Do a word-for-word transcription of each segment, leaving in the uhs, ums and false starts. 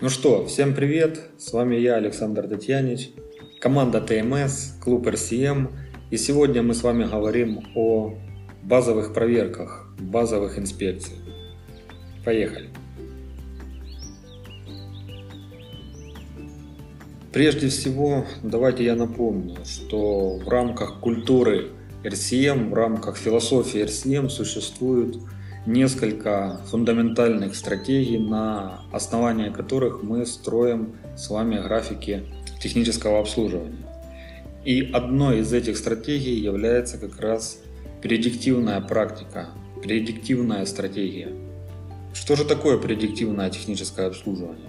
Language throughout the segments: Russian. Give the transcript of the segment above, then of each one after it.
Ну что, всем привет, с вами я, Александр Татьянич, команда тэ эм эс, клуб эр си эм, и сегодня мы с вами говорим о базовых проверках, базовых инспекциях. Поехали! Прежде всего, давайте я напомню, что в рамках культуры эр си эм, в рамках философии эр си эм существует несколько фундаментальных стратегий, на основании которых мы строим с вами графики технического обслуживания. И одной из этих стратегий является как раз предиктивная практика, предиктивная стратегия. Что же такое предиктивное техническое обслуживание?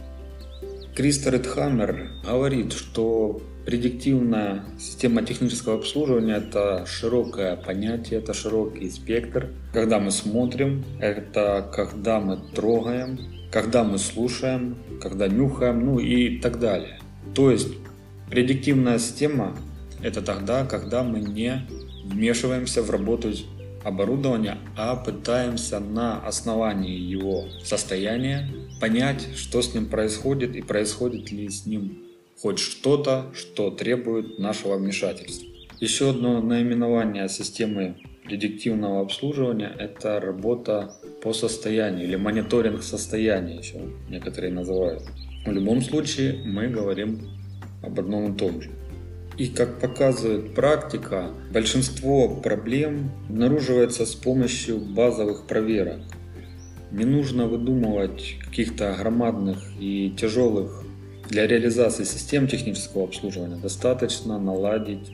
Криста Редхаммер говорит, что предиктивная система технического обслуживания – это широкое понятие, это широкий спектр. Когда мы смотрим, это когда мы трогаем, когда мы слушаем, когда нюхаем, ну и так далее. То есть предиктивная система – это тогда, когда мы не вмешиваемся в работу оборудования, а пытаемся на основании его состояния понять, что с ним происходит и происходит ли с ним хоть что-то, что требует нашего вмешательства. Еще одно наименование системы предиктивного обслуживания – это работа по состоянию или мониторинг состояния, еще некоторые называют. В любом случае мы говорим об одном и том же. И как показывает практика, большинство проблем обнаруживается с помощью базовых проверок. Не нужно выдумывать каких-то громадных и тяжелых для реализации систем технического обслуживания. Достаточно наладить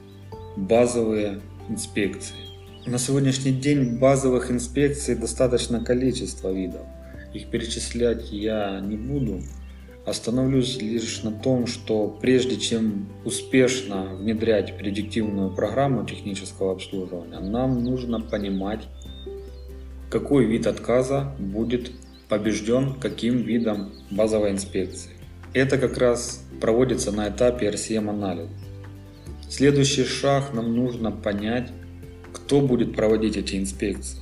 базовые инспекции. На сегодняшний день базовых инспекций достаточно количество видов. Их перечислять я не буду. Остановлюсь лишь на том, что прежде чем успешно внедрять предиктивную программу технического обслуживания, нам нужно понимать, какой вид отказа будет побежден каким видом базовой инспекции. Это как раз проводится на этапе эр си эм анализа. Следующий шаг: нам нужно понять, кто будет проводить эти инспекции.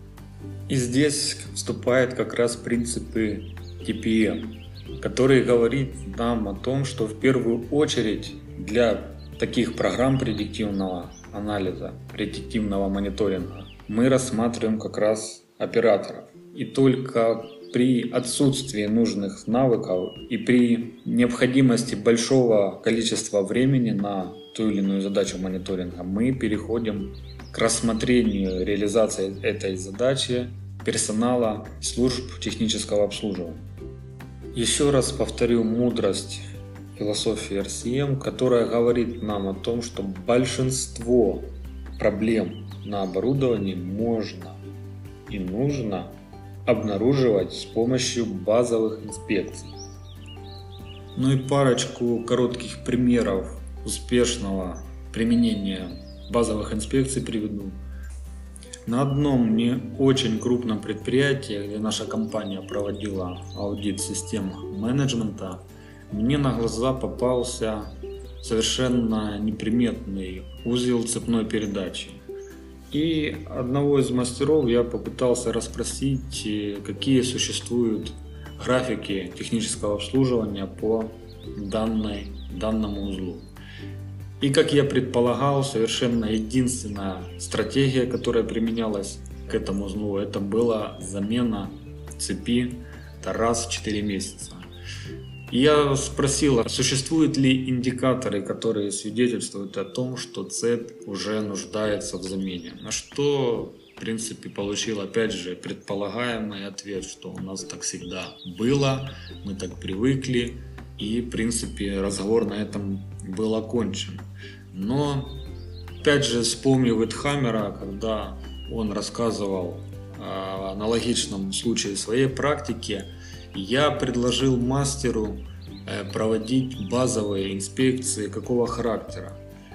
И здесь вступают как раз принципы ти пи эм, который говорит нам о том, что в первую очередь для таких программ предиктивного анализа, предиктивного мониторинга мы рассматриваем как раз операторов. И только при отсутствии нужных навыков и при необходимости большого количества времени на ту или иную задачу мониторинга мы переходим к рассмотрению реализации этой задачи персонала служб технического обслуживания. Еще раз повторю мудрость философии эр си эм, которая говорит нам о том, что большинство проблем на оборудовании можно и нужно обнаруживать с помощью базовых инспекций. Ну и парочку коротких примеров успешного применения базовых инспекций приведу. На одном не очень крупном предприятии, где наша компания проводила аудит систем менеджмента, мне на глаза попался совершенно неприметный узел цепной передачи. И одного из мастеров я попытался расспросить, какие существуют графики технического обслуживания по данной, данному узлу. И, как я предполагал, совершенно единственная стратегия, которая применялась к этому узлу, это была замена цепи раз в четыре месяца. И я спросил, существуют ли индикаторы, которые свидетельствуют о том, что цепь уже нуждается в замене. На что, в принципе, получил опять же предполагаемый ответ, что у нас так всегда было, мы так привыкли. И, в принципе, разговор на этом был окончен. Но, опять же, вспомнив Редхаммера, когда он рассказывал о аналогичном случае своей практики, я предложил мастеру проводить базовые инспекции какого характера?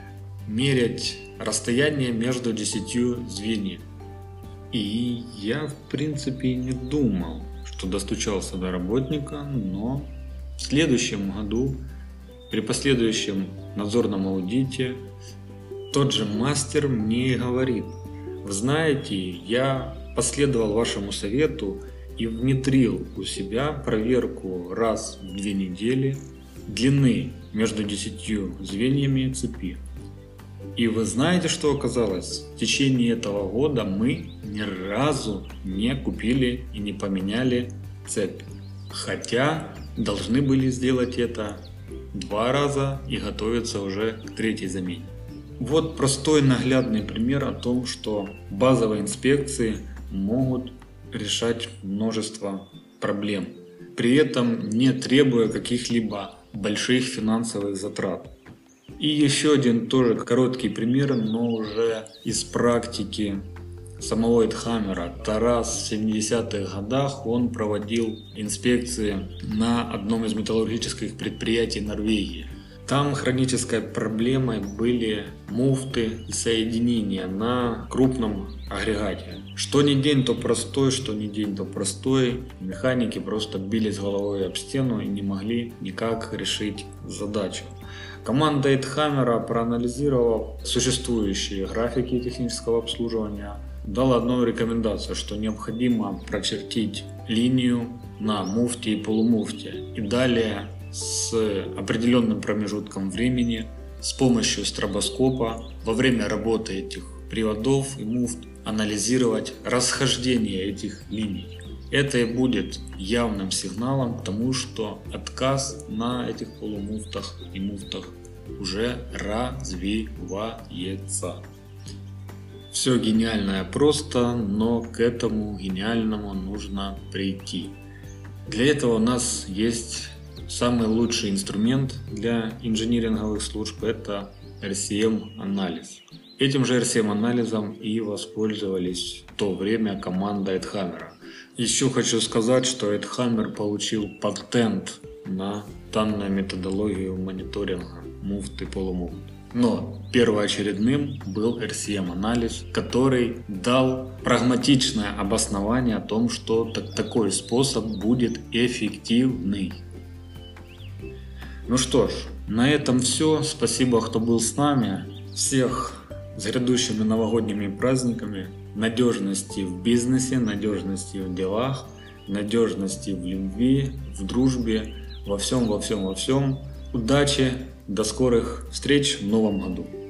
Мерять расстояние между десятью звеньев. И я, в принципе, не думал, что достучался до работника, но в следующем году, при последующем надзорном аудите, тот же мастер мне говорит: вы знаете, я последовал вашему совету и внедрил у себя проверку раз в две недели длины между десятью звеньями цепи. И вы знаете, что оказалось? В течение этого года мы ни разу не купили и не поменяли цепь. Хотя должны были сделать это два раза и готовиться уже к третьей замене. Вот простой наглядный пример о том, что базовые инспекции могут решать множество проблем, при этом не требуя каких-либо больших финансовых затрат. И еще один тоже короткий пример, но уже из практики самого Эдхаммера. Тарас в семидесятых годах он проводил инспекции на одном из металлургических предприятий Норвегии. Там хронической проблемой были муфты и соединения на крупном агрегате. Что ни день, то простой, что ни день, то простой. Механики просто бились головой об стену и не могли никак решить задачу. Команда Эдхаммера, проанализировав существующие графики технического обслуживания, дала одну рекомендацию, что необходимо прочертить линию на муфте и полумуфте. И далее с определенным промежутком времени с помощью стробоскопа во время работы этих приводов и муфт анализировать расхождение этих линий. Это и будет явным сигналом к тому, что отказ на этих полумуфтах и муфтах уже развивается. Все гениальное просто, но к этому гениальному нужно прийти. Для этого у нас есть самый лучший инструмент для инжиниринговых служб – это эр си эм-анализ. Этим же эр си эм-анализом и воспользовались в то время команда Эдхаммера. Еще хочу сказать, что Эдхаммер получил патент на данную методологию мониторинга муфт и полумуфт. Но первоочередным был эр си эм-анализ, который дал прагматичное обоснование о том, что такой способ будет эффективный. Ну что ж, на этом все. Спасибо, кто был с нами. Всех с грядущими новогодними праздниками. Надежности в бизнесе, надежности в делах, надежности в любви, в дружбе, во всем, во всем, во всем. Удачи, до скорых встреч в новом году.